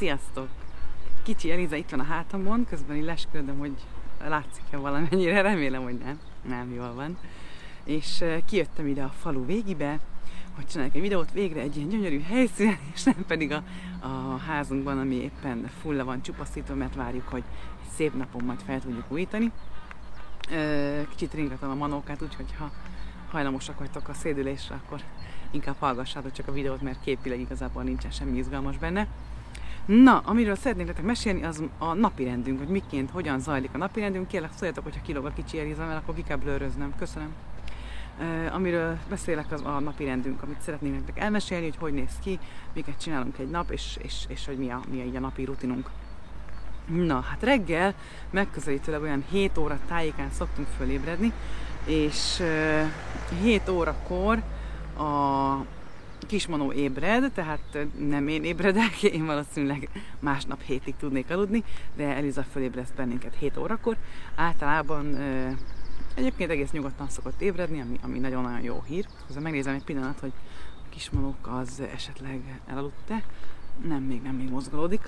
Sziasztok! Kicsi Eliza itt van a hátamon, közben így lesküldöm, hogy látszik-e valamennyire, remélem, hogy nem, jól van. És kijöttem ide a falu végibe, hogy csinálják egy videót végre egy ilyen gyönyörű helyszínen, és nem pedig a házunkban, ami éppen full le van csupaszítva, mert várjuk, hogy egy szép napon majd fel tudjuk újítani. Kicsit ringatom a manókát, úgyhogy ha hajlamosak vagytok a szédülésre, akkor inkább hallgassátok csak a videót, mert képileg igazából nincsen semmi izgalmas benne. Na, amiről szeretnék nektek mesélni, az a napirendünk, hogy miként, hogyan zajlik a napirendünk. Kérlek, szóljatok, hogyha kilóg a kicsi Eliza, mert akkor ki kell blőröznöm. Köszönöm. Amiről beszélek, az a napirendünk, amit szeretnék nektek elmesélni, hogy néz ki, miket csinálunk egy nap, és hogy mi a így a napi rutinunk. Na, hát reggel megközelítőleg olyan 7 óra tájékán szoktunk fölébredni, és 7 órakor a kismanó ébred, tehát nem én ébredek, én valószínűleg másnap hétig tudnék aludni, de Eliza fölébreszt bennünket 7 órakor. Általában egyébként egész nyugodtan szokott ébredni, ami nagyon-nagyon jó hír. Közben megnézem egy pillanat, hogy a kismanók az esetleg elaludt-e. Még nem mozgolódik.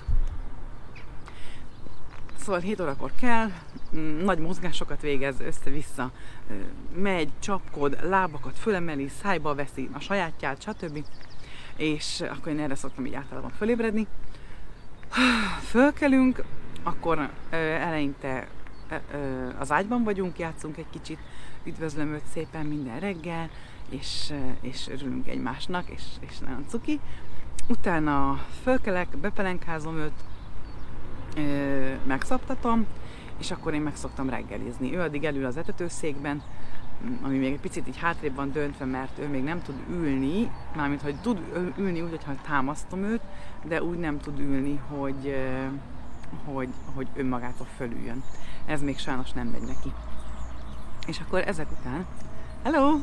Szóval 7 órakor kell, nagy mozgásokat végez, össze-vissza megy, csapkod, lábakat fölemeli, szájba veszi a sajátját, stb. És akkor én erre szoktam így általában fölébredni. Fölkelünk, akkor eleinte az ágyban vagyunk, játszunk egy kicsit, üdvözlöm őt szépen minden reggel, és örülünk egymásnak, és nagyon cuki. Utána fölkelek, bepelenkázom őt, megszoptatom, és akkor én meg szoktam reggelizni. Ő addig elül az etetőszékben, ami még egy picit így hátrébb van döntve, mert ő még nem tud ülni, mármint hogy tud ülni úgy, hogyha támasztom őt, de úgy nem tud ülni, hogy önmagától fölüljön. Ez még sajnos nem megy neki. És akkor ezek után... Hello!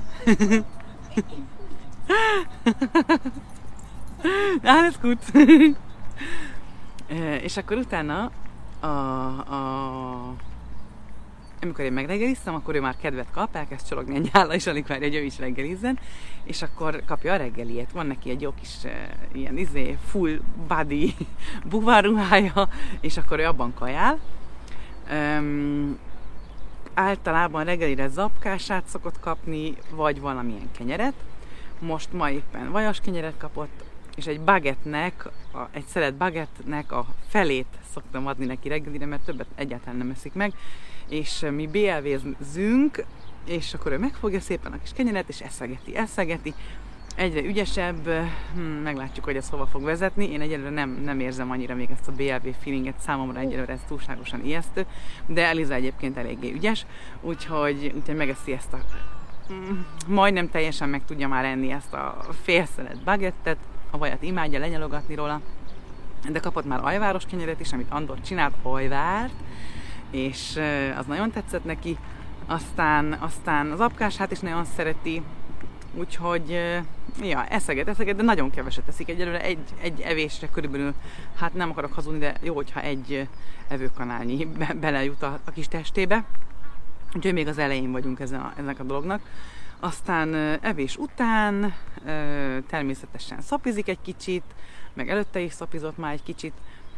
Alles gut! És akkor utána, amikor én megreggeliztem, akkor ő már kedvet kap, elkezd csorogni egy nyála, és alig várja, hogy ő is reggelizzen, és akkor kapja a reggeliét. Van neki egy jó kis ilyen full body buvárruhája, és akkor ő abban kajál. Általában reggelire zapkását szokott kapni, vagy valamilyen kenyeret. Most ma éppen vajas kenyeret kapott, és egy szelet bagettnek a felét szoktam adni neki reggelire, mert többet egyáltalán nem eszik meg, és mi BLV-zünk, és akkor ő megfogja szépen a kis kenyeret, és eszegeti, egyre ügyesebb, meglátjuk, hogy ez hova fog vezetni. Én egyelőre nem érzem annyira még ezt a BLV feelinget, számomra egyelőre ez túlságosan ijesztő, de Eliza egyébként eléggé ügyes, úgyhogy megeszi ezt majdnem teljesen meg tudja már enni ezt a fél szelet bagettet, a vajat imádja lenyalogatni róla, de kapott már ajváros kenyeret is, amit Andor csinált, ajvárt, és az nagyon tetszett neki. Aztán az apkását is nagyon szereti, úgyhogy eszeget, de nagyon keveset eszik. Egyelőre egy evésre körülbelül, hát nem akarok hazudni, de jó, hogyha egy evőkanálnyi belejut a kis testébe. Úgyhogy még az elején vagyunk ennek a dolognak. Aztán evés után természetesen szapizik egy kicsit, meg előtte is szapizott már egy kicsit,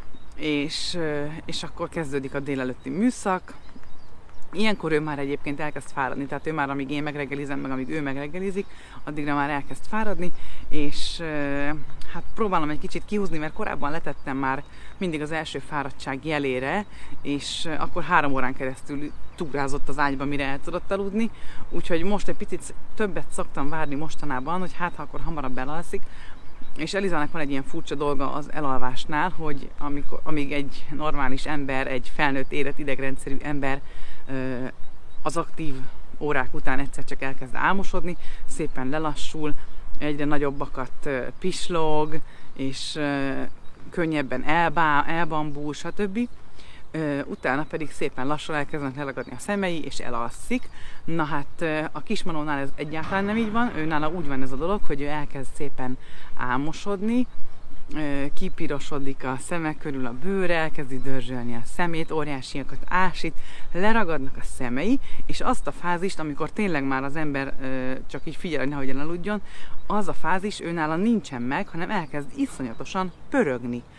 és akkor kezdődik a délelőtti műszak. Ilyenkor ő már egyébként elkezd fáradni, tehát ő már amíg én megreggelizem, meg amíg ő megreggelizik, addigra már elkezd fáradni, és hát próbálom egy kicsit kihúzni, mert korábban letettem már mindig az első fáradtság jelére, és akkor 3 órán keresztül túrázott az ágyba, mire el tudott aludni, úgyhogy most egy picit többet szoktam várni mostanában, hogy hát ha akkor hamarabb elalszik. És Elizának van egy ilyen furcsa dolga az elalvásnál, hogy amíg egy normális ember, egy felnőtt érett idegrendszerű ember az aktív órák után egyszer csak elkezd álmosodni, szépen lelassul, egyre nagyobbakat pislog, és könnyebben elbambul, stb. Utána pedig szépen lassan elkezdenek leragadni a szemei, és elalszik. Na hát a kismanónál ez egyáltalán nem így van, őnála úgy van ez a dolog, hogy ő elkezd szépen álmosodni, kipirosodik a szemek körül a bőre, elkezdi dörzsölni a szemét, óriásiakat ásít, leragadnak a szemei, és azt a fázist, amikor tényleg már az ember csak így figyel, hogy nehogy elaludjon, az a fázis őnála nincsen meg, hanem elkezd iszonyatosan pörögni.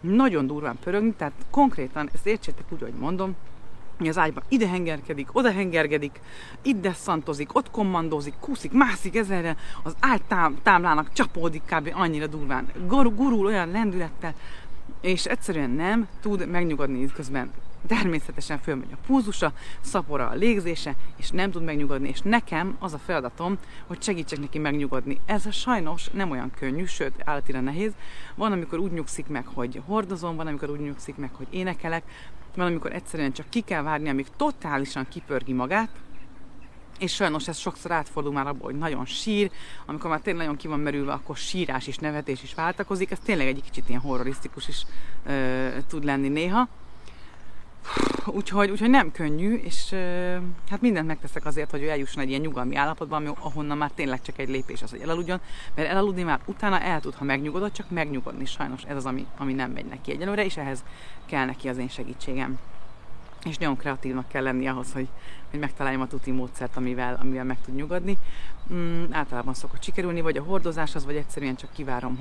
nagyon durván pörögni, tehát konkrétan, ezt értsétek úgy, hogy mondom, hogy az ágyban ide hengerkedik, oda hengergedik, itt desszantozik, ott kommandózik, kúszik, mászik ezerre, az ágy támlának csapódik kb. Annyira durván, gurul olyan lendülettel, és egyszerűen nem tud megnyugodni, közben természetesen fölmegy a pulzusa, szapora a légzése, és nem tud megnyugodni, és nekem az a feladatom, hogy segítsek neki megnyugodni. Ez sajnos nem olyan könnyű, sőt, állatira nehéz. Van, amikor úgy nyugszik meg, hogy hordozom, van, amikor úgy nyugszik meg, hogy énekelek, van, amikor egyszerűen csak ki kell várni, amíg totálisan kipörgi magát, és sajnos ez sokszor átfordul már abból, hogy nagyon sír, amikor már tényleg nagyon ki van merülve, akkor sírás és nevetés is váltakozik, ez tényleg egy kicsit ilyen horrorisztikus is tud lenni néha. Úgyhogy nem könnyű, és hát mindent megteszek azért, hogy ő eljusson egy ilyen nyugalmi állapotban, ahonnan már tényleg csak egy lépés az, hogy elaludjon, mert elaludni már utána el tud, ha megnyugodott, csak megnyugodni sajnos ez az, ami nem megy neki egyelőre, és ehhez kell neki az én segítségem. És nagyon kreatívnak kell lenni ahhoz, hogy megtaláljam a tuti módszert, amivel meg tud nyugodni. Általában szokott sikerülni, vagy a hordozáshoz, vagy egyszerűen csak kivárom,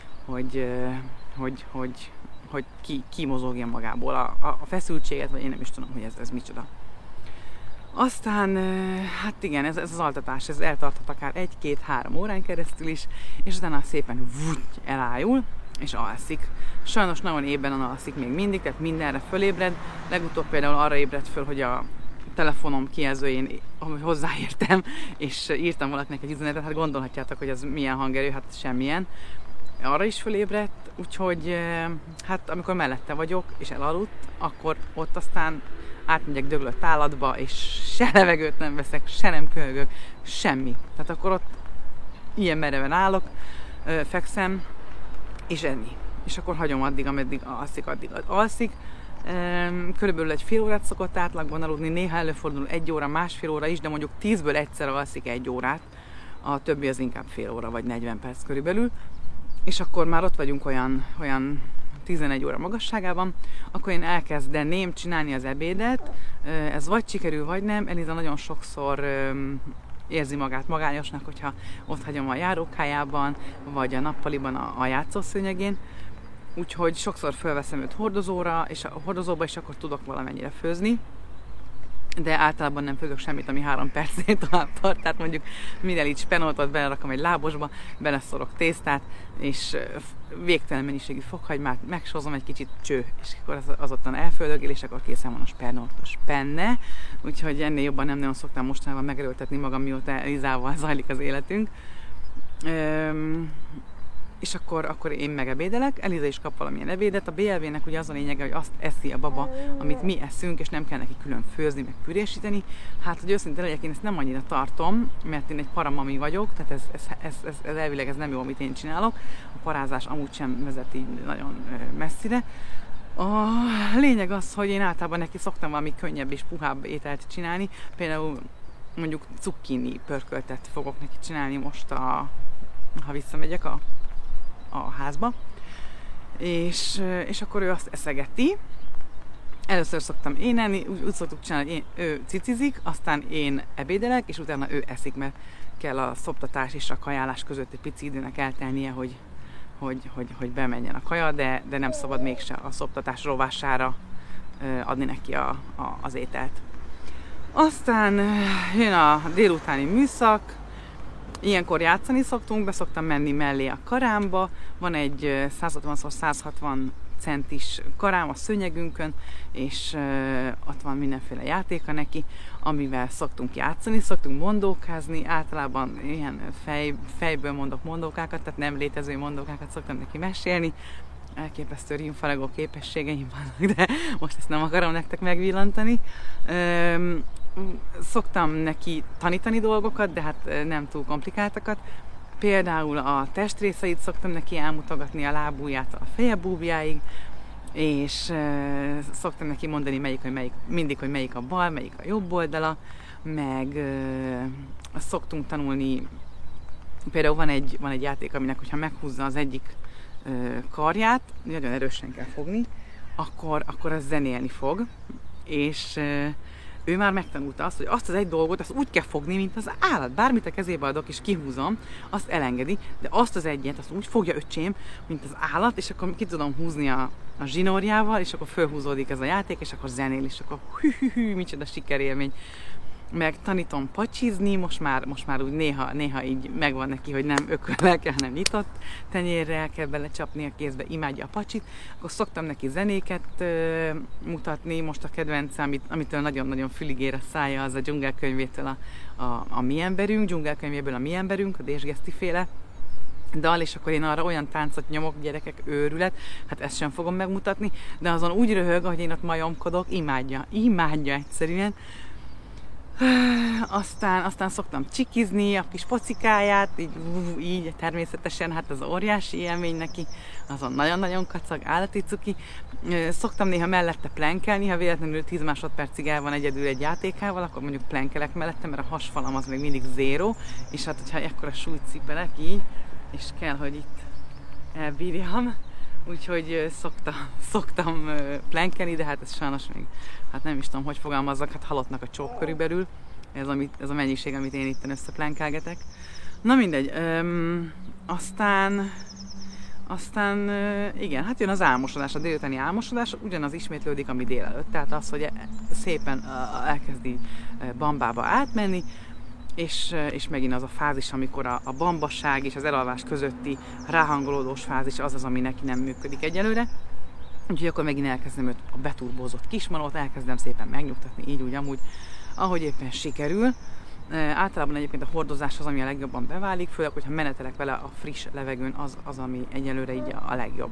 hogy kimozogjon magából a feszültséget, vagy én nem is tudom, hogy ez micsoda. Aztán, hát igen, ez az altatás, ez eltarthat akár 1-2-3 órán keresztül is, és utána szépen elájul, és alszik. Sajnos nagyon ébben alszik még mindig, tehát mindenre fölébred. Legutóbb például arra ébredt föl, hogy a telefonom kijelzőjén hozzáértem, és írtam valakinek egy üzenetet, hát gondolhatjátok, hogy ez milyen hangerő, hát semmilyen. Arra is fölébredt, úgyhogy hát amikor mellette vagyok, és elaludt, akkor ott aztán átmegyek döglött állatba, és se levegőt nem veszek, se nem köhögök, semmi. Tehát akkor ott ilyen mereven állok, fekszem, és enni. És akkor hagyom addig, ameddig alszik. Körülbelül egy fél órát szokott átlagban aludni, néha előfordul 1 óra, másfél óra is, de mondjuk 10-ből egyszer alszik 1 órát, a többi az inkább fél óra, vagy 40 perc körülbelül. És akkor már ott vagyunk olyan 11 óra magasságában, akkor én elkezdeném csinálni az ebédet. Ez vagy sikerül, vagy nem. Eliza nagyon sokszor érzi magát magányosnak, hogyha ott hagyom a járókájában, vagy a nappaliban a játszószőnyegén. Úgyhogy sokszor fölveszem őt hordozóra, és a hordozóba is akkor tudok valamennyire főzni. De általában nem főzök semmit, ami 3 percnél tovább tart, tehát mondjuk minél így spenoltot belerakom egy lábosba, beleszorok tésztát, és végtelen mennyiségű fokhagymát, megsózom egy kicsit cső, és akkor az ottan elföldögél, és akkor készen van a spenoltos penne, úgyhogy ennél jobban nem nagyon szoktam mostanában megerőltetni magam, mióta Elizával zajlik az életünk. És akkor én megebédelek, Eliza is kap valamilyen ebédet. A BLV-nek ugye az a lényege, hogy azt eszi a baba, amit mi eszünk, és nem kell neki külön főzni, meg pürésíteni. Hát, hogy őszinte legyek, én ezt nem annyira tartom, mert én egy paramami vagyok, tehát ez elvileg ez nem jó, amit én csinálok. A parázás amúgy sem vezet így nagyon messzire. A lényeg az, hogy én általában neki szoktam valami könnyebb és puhább ételt csinálni. Például mondjuk cukkini pörköltet fogok neki csinálni most, ha visszamegyek a házba, és akkor ő azt eszegeti. Először szoktam én enni, úgy szoktuk csinálni, hogy ő cicizik, aztán én ebédelek, és utána ő eszik, mert kell a szoptatás és a kajálás között egy pici időnek eltelnie, hogy bemenjen a kaja, de nem szabad mégse a szoptatás rovására adni neki az ételt. Aztán jön a délutáni műszak. Ilyenkor játszani szoktunk, be szoktam menni mellé a karámba, van egy 160x160 centis karám a szőnyegünkön, és ott van mindenféle játéka neki, amivel szoktunk játszani, szoktunk mondókázni, általában ilyen fejből mondok mondókákat, tehát nem létező mondókákat szoktam neki mesélni. Elképesztő rímfaragó képességeim vannak, de most ezt nem akarom nektek megvillantani. Szoktam neki tanítani dolgokat, de hát nem túl komplikáltakat. Például a testrészeit szoktam neki elmutogatni, a lábujjától a feje búbjáig, és szoktam neki mondani, mindig, hogy melyik a bal, melyik a jobb oldala, meg szoktunk tanulni, például van egy játék, aminek, hogyha meghúzza az egyik karját, nagyon erősen kell fogni, akkor az zenélni fog, és ő már megtanulta azt, hogy azt az egy dolgot azt úgy kell fogni, mint az állat. Bármit a kezébe adok és kihúzom, azt elengedi, de azt az egyet azt úgy fogja, öcsém, mint az állat, és akkor ki tudom húzni a zsinórjával, és akkor fölhúzódik ez a játék, és akkor zenél, és akkor hű, micsoda sikerélmény. Meg tanítom pacsizni, most már úgy néha így megvan neki, hogy nem ököllel kell, hanem nyitott tenyérrel kell belecsapni a kézbe, imádja a pacsit. Akkor szoktam neki zenéket mutatni, most a kedvence, amitől nagyon-nagyon fülig ér a szája, az a dzsungelkönyvétől a mi emberünk, dzsungelkönyvéből a mi emberünk, a Désgeszti féle dal, és akkor én arra olyan táncot nyomok, gyerekek, őrület, hát ezt sem fogom megmutatni, de azon úgy röhög, hogy én ott majomkodok, imádja egyszerűen. Aztán szoktam csikizni a kis pocikáját, így természetesen, hát az óriási élmény neki, azon nagyon-nagyon kacag, állati cuki. Szoktam néha mellette plenkelni, ha véletlenül 10 másodpercig el van egyedül egy játékával, akkor mondjuk plenkelek mellette, mert a hasfalam az még mindig zéró, és hát hogyha ekkora súlyt cipelek így, és kell, hogy itt elbírjam, úgyhogy szoktam plenkelni, de hát ez sajnos még, hát nem is tudom, hogy fogalmazzak, hát halottnak a csók körülbelül, ez a mennyiség, amit én itt összeplenkelgetek. Na mindegy, aztán igen, hát jön az álmosodás, a délutáni álmosodás, ugyanaz ismétlődik, ami délelőtt, tehát az, hogy szépen elkezd így bambába átmenni, és megint az a fázis, amikor a bambaság és az elalvás közötti ráhangolódós fázis az, ami neki nem működik egyelőre. Úgyhogy akkor megint elkezdem őt, a beturbózott kismanót, elkezdem szépen megnyugtatni, így úgy amúgy, ahogy éppen sikerül. Általában egyébként a hordozás az, ami a legjobban beválik, főleg, hogyha menetelek vele a friss levegőn, az ami egyelőre így a legjobb.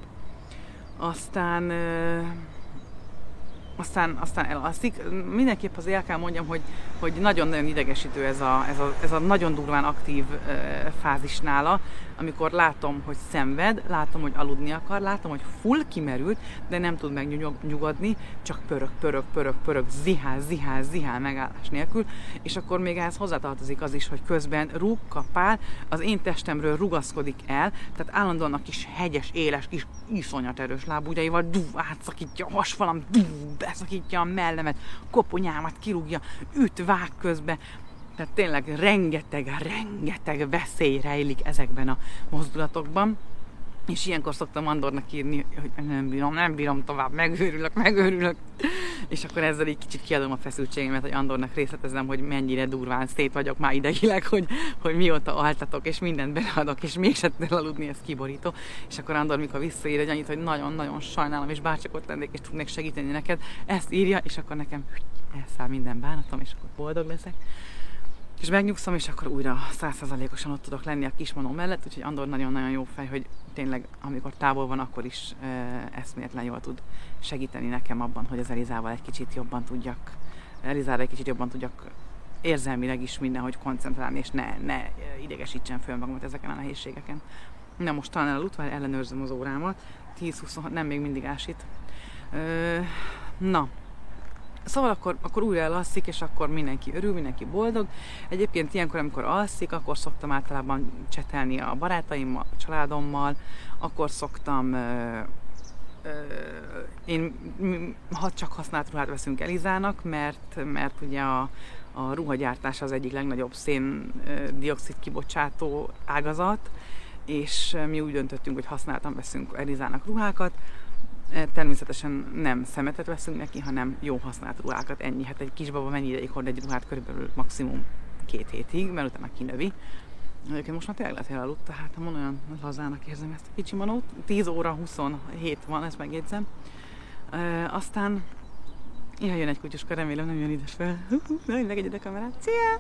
Aztán elalszik. Mindenképp azért el kell mondjam, hogy nagyon-nagyon idegesítő ez a nagyon durván aktív fázis nála, amikor látom, hogy szenved, látom, hogy aludni akar, látom, hogy full kimerült, de nem tud megnyugodni, csak pörög, zihál megállás nélkül, és akkor még ehhez hozzátartozik az is, hogy közben rúg, kapál, az én testemről rugaszkodik el, tehát állandóan a kis hegyes, éles, kis iszonyat erős lábujjaival átszakítja a hasfalam, beszakítja a mellemet, koponyámat kirúgja, üt, vág közbe. Tehát tényleg rengeteg veszély rejlik ezekben a mozdulatokban. És ilyenkor szoktam Andornak írni, hogy nem bírom tovább, megőrülök. És akkor ezzel így kicsit kiadom a feszültségemet, hogy Andornak részletezem, hogy mennyire durván szét vagyok már idegileg, hogy mióta altatok, és mindent beleadok, és mégse tudnél aludni, ez kiborító. És akkor Andor, mikor visszaír egy annyit, hogy nagyon-nagyon sajnálom, és bárcsak ott lennék, és tudnék segíteni neked, ezt írja, és akkor nekem elszáll minden bánatom, és akkor boldog leszek. És megnyugszom, és akkor újra 100%-osan ott tudok lenni a kismanó mellett, úgyhogy Andor nagyon-nagyon jó fej, hogy tényleg amikor távol van, akkor is eszméletlen jól tud segíteni nekem abban, hogy az Elizára egy kicsit jobban tudjak érzelmileg is mindenhogy koncentrálni, és ne idegesítsen föl magamat ezeken a nehézségeken. Na most talán eludva ellenőrzöm az órámat, 10-26, nem, még mindig ásít. Na. Szóval akkor újra elalszik, és akkor mindenki örül, mindenki boldog. Egyébként ilyenkor, amikor alszik, akkor szoktam általában csetelni a barátaimmal, a családommal, akkor szoktam csak használt ruhát veszünk Elizának, mert ugye a ruhagyártás az egyik legnagyobb szén-dioxid kibocsátó ágazat, és mi úgy döntöttünk, hogy használtan veszünk Elizának ruhákat. Természetesen nem szemetet veszünk neki, hanem jó használt ruhákat, ennyi. Hát egy kisbaba mennyi ideig hord egy ruhát? Körülbelül maximum 2 hétig, mert utána kinövi. Egyébként most már tényleg lehet elaludt, tehát olyan lazának érzem ezt a kicsi manót. 10 óra 27 van, ezt megjegyzem. Aztán jön egy kutyuska, remélem nem jön ide fel. Megegyed a kamerát. Szia!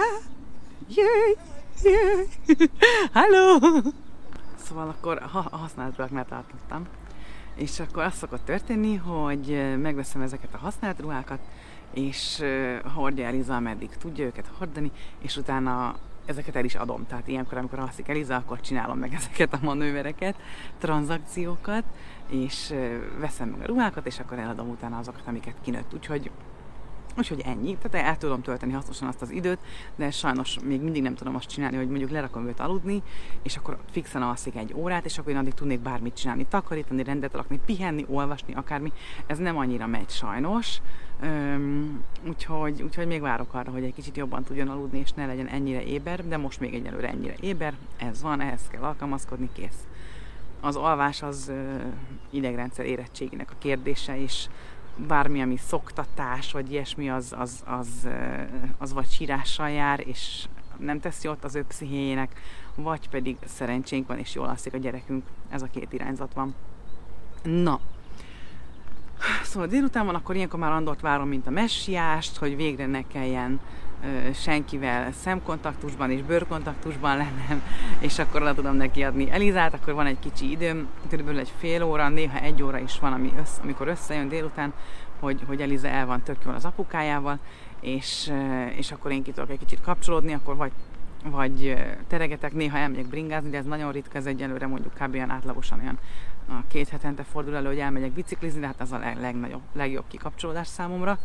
Jöjj! Halló! Szóval akkor a használt ruhák mert átlottam. És akkor az szokott történni, hogy megveszem ezeket a használt ruhákat, és hordja Eliza, ameddig tudja őket hordani, és utána ezeket el is adom. Tehát ilyenkor, amikor alszik Eliza, akkor csinálom meg ezeket a manővereket, tranzakciókat, és veszem meg a ruhákat, és akkor eladom utána azokat, amiket kinőtt. Úgyhogy Úgyhogy ennyi, tehát el tudom tölteni hasznosan azt az időt, de sajnos még mindig nem tudom azt csinálni, hogy mondjuk lerakom őt aludni, és akkor fixen alszik 1 órát, és akkor én addig tudnék bármit csinálni, takarítani, rendet rakni, pihenni, olvasni, akármi. Ez nem annyira megy sajnos, úgyhogy még várok arra, hogy egy kicsit jobban tudjon aludni, és ne legyen ennyire éber, de most még egyelőre ennyire éber, ez van, ehhez kell alkalmazkodni, kész. Az alvás az idegrendszer érettségének a kérdése, és bármi, ami szoktatás, vagy ilyesmi, az vagy sírással jár, és nem teszi jót az ő pszichéjének, vagy pedig szerencsénk van, és jól alszik a gyerekünk. Ez a 2 irányzat van. Na, szóval délután van, akkor ilyenkor már Andort várom, mint a messiást, hogy végre ne kelljen senkivel szemkontaktusban és bőrkontaktusban lennem, és akkor le tudom neki adni Elizát, akkor van egy kicsi időm, körülbelül egy fél óra, néha 1 óra is van, amikor összejön délután, hogy Eliza el van tök jól az apukájával, és akkor én ki tudok egy kicsit kapcsolódni, akkor vagy teregetek, néha elmegyek bringázni, de ez nagyon ritka, ez egyelőre mondjuk kb. Átlagosan olyan 2 hetente fordul elő, hogy elmegyek biciklizni, de hát ez a legjobb kikapcsolódás számomra.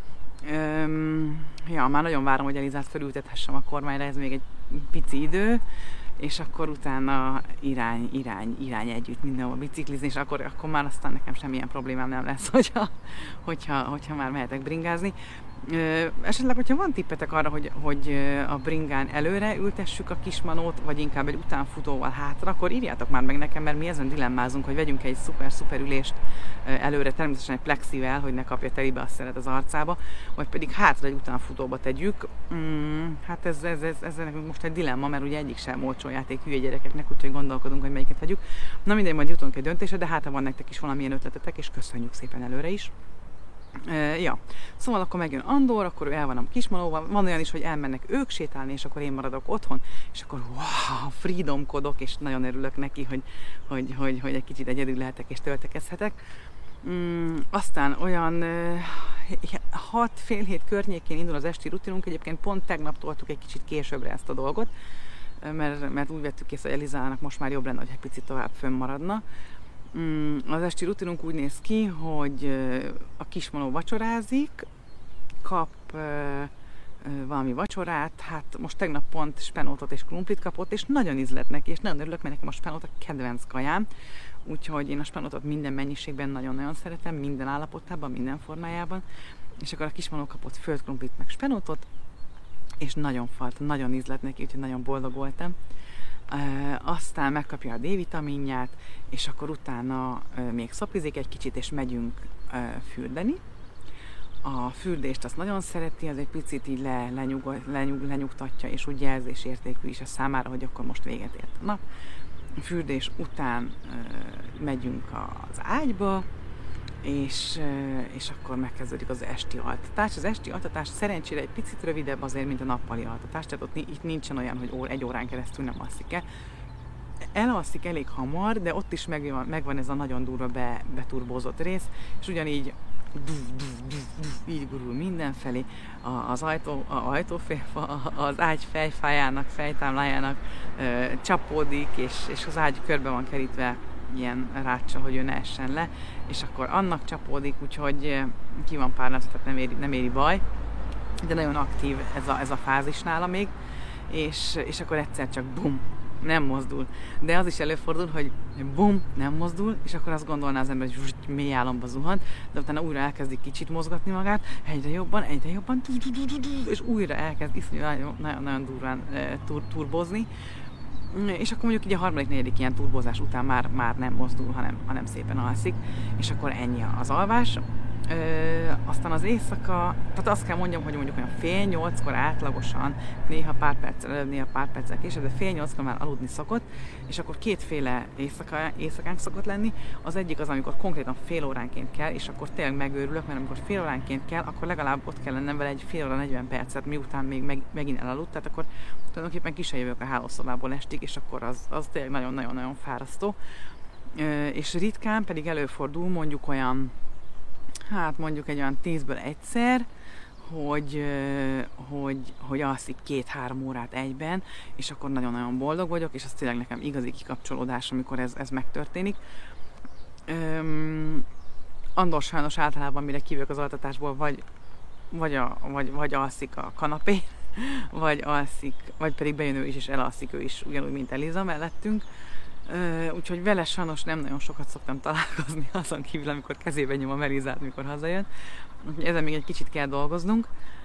Már nagyon várom, hogy Elizát felültethessem a kormányra, ez még egy pici idő, és akkor utána irány együtt mindenhol biciklizni, és akkor már aztán nekem semmilyen problémám nem lesz, hogyha már mehetek bringázni. Esetleg, hogyha van tippetek arra, hogy a bringán előre ültessük a kismanót, vagy inkább egy utánfutóval hátra, akkor írjátok már meg nekem, mert mi ezen dilemmázunk, hogy vegyünk egy szuper ülést előre, természetesen egy plexivel, hogy ne kapja telibe a szeret az arcába, vagy pedig hátra egy utánfutóba tegyük. Hát ez nekünk most egy dilemma, mert ugye egyik sem olcsó játék hülye gyerekeknek, úgyhogy gondolkodunk, hogy melyiket vegyük. Na mindegy, majd jutunk egy döntésre, de hát ha van nektek is valamilyen ötletetek, és köszönjük szépen előre is. Szóval akkor megjön Andor, akkor ő el van a kismanóval, van olyan is, hogy elmennek ők sétálni, és akkor én maradok otthon, és akkor freedomkodok, és nagyon örülök neki, hogy egy kicsit egyedül lehetek és töltekezhetek. Aztán olyan 6 fél 7 környékén indul az esti rutinunk, egyébként pont tegnap toltuk egy kicsit későbbre ezt a dolgot, mert úgy vettük észre, hogy Elizának most már jobb lenne, hogy egy picit tovább fönnmaradna. Az esti rutinunk úgy néz ki, hogy a kismanó vacsorázik, kap valami vacsorát, hát most tegnap pont spenótot és krumplit kapott, és nagyon ízlett neki, és nagyon örülök, mert nekem a spenót a kedvenc kajám, úgyhogy én a spenótot minden mennyiségben nagyon-nagyon szeretem, minden állapotában, minden formájában, és akkor a kismanó kapott főtt krumplit meg spenótot, és nagyon falt, nagyon ízlett neki, úgyhogy nagyon boldog voltam. Aztán megkapja a D-vitaminját, és akkor utána még szopizik egy kicsit, és megyünk fürdeni. A fürdést azt nagyon szereti, az egy picit így lenyugtatja, és úgy jelzésértékű is a számára, hogy akkor most véget ért a nap. A fürdés után megyünk az ágyba, és akkor megkezdődik az esti altatás. Az esti altatás szerencsére egy picit rövidebb azért, mint a nappali altatás, tehát ott itt nincsen olyan, hogy 1 órán keresztül nem alszik el. Elalszik elég hamar, de ott is megvan ez a nagyon durva beturbózott rész, és ugyanígy így gurul mindenfelé, az ajtófélfa, az ágy fejfájának, fejtámlájának csapódik, és az ágy körbe van kerítve ilyen ráccsal, hogy ő ne essen le, és akkor annak csapódik, úgyhogy ki van párnázva, tehát nem éri baj, de nagyon aktív ez a fázis nála még, és akkor egyszer csak bum, nem mozdul. De az is előfordul, hogy bum, nem mozdul, és akkor azt gondolná az ember, hogy mély álomba zuhant, de utána újra elkezdik kicsit mozgatni magát, egyre jobban, és újra elkezd nagyon durván turbozni. És akkor mondjuk így a 3.-4. ilyen turbózás után már nem mozdul, hanem szépen alszik, és akkor ennyi az alvás. Aztán az éjszaka, tehát azt kell mondjam, hogy mondjuk olyan 7:30-kor átlagosan, néha pár perccel előbb, néha pár perccel később, de 7:30-kor már aludni szokott, és akkor 2 éjszakánk szokott lenni. Az egyik az, amikor konkrétan fél óránként kell, és akkor tényleg megőrülök, mert amikor fél óránként kell, akkor legalább ott kell lennem vele egy fél óra 40 percet, miután még megint elaludt, tehát akkor tulajdonképpen ki sem jövök a hálószobából estig, és akkor az tényleg nagyon-nagyon fárasztó. És ritkán pedig előfordul mondjuk olyan, mondjuk egy olyan 10-ből egyszer, hogy alszik 2-3 órát egyben, és akkor nagyon-nagyon boldog vagyok, és az tényleg nekem igazi kikapcsolódás, amikor ez megtörténik. Andor sajnos általában, mire kívülök az altatásból, vagy vagy alszik a kanapén, vagy pedig bejön ő is, és elalszik ő is, ugyanúgy, mint Eliza mellettünk. Úgyhogy vele sajnos nem nagyon sokat szoktam találkozni, azon kívül, amikor kezében nyomom Elizát, mikor hazajön. Úgyhogy ezen még egy kicsit kell dolgoznunk.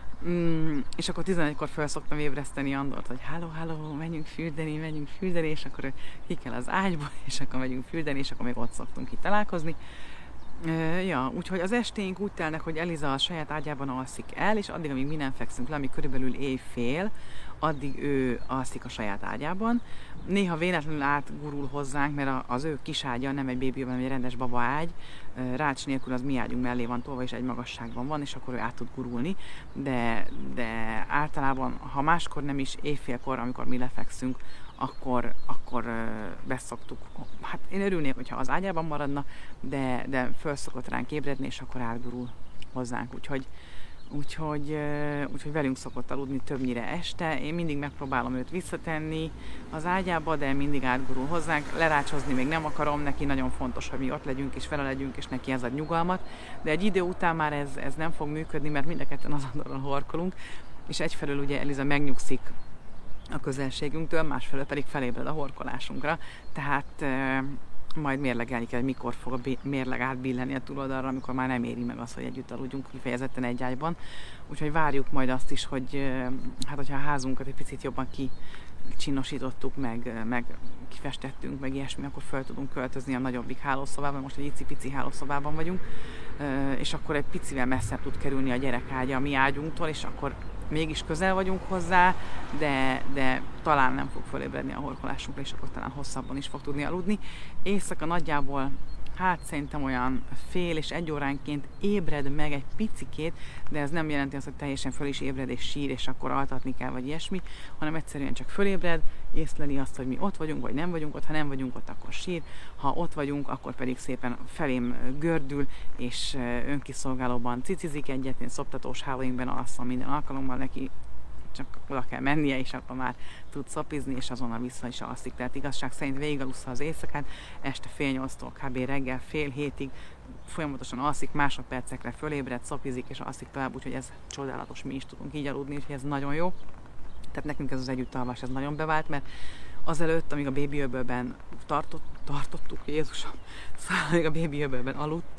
És akkor 11-kor fel szoktam ébreszteni Andort, hogy háló, menjünk fürdeni, és akkor ő ki kell az ágyból, és akkor megyünk fürdeni, és akkor még ott szoktunk itt találkozni. Úgyhogy az esténk úgy telnek, hogy Eliza a saját ágyában alszik el, és addig, amíg mi nem fekszünk le, ami körülbelül éjfél, addig ő alszik a saját ágyában. Néha véletlenül átgurul hozzánk, mert az ő kis ágya nem egy bébi, hanem egy rendes baba ágy. Rács nélkül az mi ágyunk mellé van tolva, és egy magasságban van, és akkor ő át tud gurulni. De általában, ha máskor nem is éjfélkor, amikor mi lefekszünk, akkor beszoktuk. Hát én örülnék, hogyha az ágyában maradna, de föl szokott ránk ébredni, és akkor átgurul hozzánk. Úgyhogy velünk szokott aludni többnyire este. Én mindig megpróbálom őt visszatenni az ágyába, de mindig átgurul hozzánk. Lerácsozni még nem akarom, neki nagyon fontos, hogy mi ott legyünk és vele legyünk, és neki ez ad nyugalmat. De egy idő után már ez nem fog működni, mert mind a ketten az Andorral horkolunk, és egyfelől ugye Eliza megnyugszik a közelségünktől, másfelől pedig felébred a horkolásunkra. Tehát majd mérlegelni kell, mikor fog a mérleg átbillenni a túloldalra, amikor már nem éri meg az, hogy együtt aludjunk kifejezetten egy ágyban. Úgyhogy várjuk majd azt is, hogy hát hogyha a házunkat egy picit jobban kicsinosítottuk, meg kifestettünk, meg ilyesmi, akkor fel tudunk költözni a nagyobbik hálószobában. Most egy icipici hálószobában vagyunk, és akkor egy picivel messzebb tud kerülni a gyerekágya a mi ágyunktól, és akkor mégis közel vagyunk hozzá, de talán nem fog fölébredni a horkolásunkra, és akkor talán hosszabban is fog tudni aludni. Éjszaka nagyjából, hát szerintem olyan fél és egy óránként ébred meg egy picikét, de ez nem jelenti azt, hogy teljesen föl is ébred és sír, és akkor altatni kell, vagy ilyesmi, hanem egyszerűen csak fölébred, észleli azt, hogy mi ott vagyunk, vagy nem vagyunk ott. Ha nem vagyunk ott, akkor sír, ha ott vagyunk, akkor pedig szépen felém gördül, és önkiszolgálóban cicizik egyet, én szoptatós hálóinkben alszom minden alkalommal, neki csak oda kell mennie, és akkor már tud szapizni, és azonnal vissza is alszik. Tehát igazság szerint végigalussza az éjszakát, este 6:30-tól kb. Reggel 6:30 folyamatosan alszik, másodpercekre fölébred, szapizik, és alszik tovább, úgyhogy ez csodálatos, mi is tudunk így aludni, úgyhogy ez nagyon jó. Tehát nekünk ez az együttalvás, ez nagyon bevált, mert azelőtt, amíg a bébi öbölben tartottuk, Jézusom, szóval amíg a bébi öbölben aludt,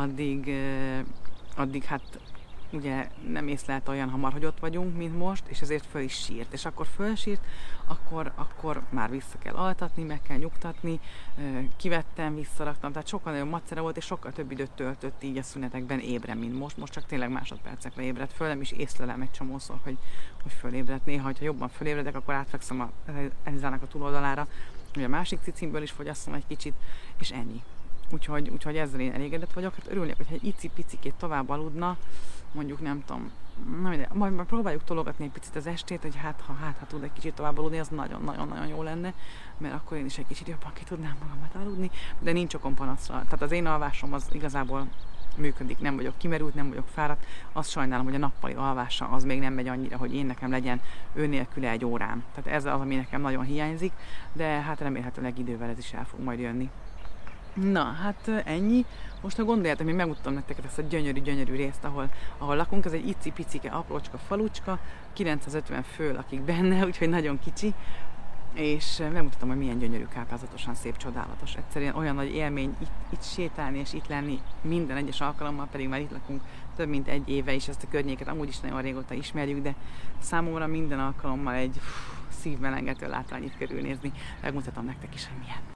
addig hát ugye nem észlelte olyan hamar, hogy ott vagyunk, mint most, és ezért föl is sírt. És akkor fölsírt, akkor már vissza kell altatni, meg kell nyugtatni, kivettem, visszaraktam, tehát sokkal nagyobb macera volt, és sokkal több időt töltött így a szünetekben ébren, mint most. Most csak tényleg másodpercekre ébredt föl, nem is észlelem egy csomószor, hogy fölébredt. Néha, ha jobban fölébredek, akkor átfekszem Elizának a túloldalára, hogy a másik cicimból is fogyasszom egy kicsit, és ennyi. Úgyhogy ezzel én elégedett vagyok. Hát örülnék, hogyha egy icipicikét tovább aludna, mondjuk nem tudom, majd próbáljuk tologatni egy picit az estét, hogy ha tud egy kicsit tovább aludni, az nagyon-nagyon jó lenne, mert akkor én is egy kicsit jobban ki tudnám magamat aludni, de nincs okom panaszra. Tehát az én alvásom az igazából működik, nem vagyok kimerült, nem vagyok fáradt. Azt sajnálom, hogy a nappali alvása az még nem megy annyira, hogy én nekem legyen ő nélküle egy órám. Tehát ez az, ami nekem nagyon hiányzik, de hát remélhetőleg idővel ez is el fog majd jönni. Na, hát ennyi. Most ha gondoljátok, még megmutatom nektek ezt a gyönyörű részt, ahol lakunk. Ez egy icipicike, aprócska falucska, 950 fő lakik benne, úgyhogy nagyon kicsi. És megmutatom, hogy milyen gyönyörű, káprázatosan szép, csodálatos. Egyszerűen olyan nagy élmény itt sétálni és itt lenni minden egyes alkalommal, pedig már itt lakunk több mint egy éve, és ezt a környéket amúgy is nagyon régóta ismerjük, de számomra minden alkalommal egy szívmelengető látvány itt körülnézni. Megmutatom nektek is, hogy milyen.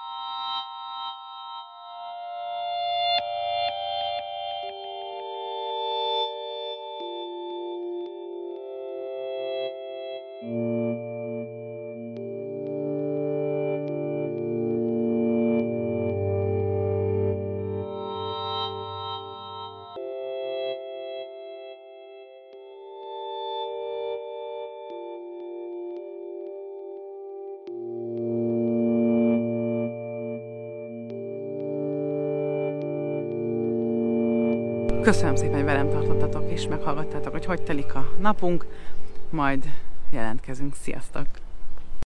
Köszönöm szépen, hogy velem tartottatok és meghallgattátok, hogy telik a napunk, majd jelentkezünk. Sziasztok!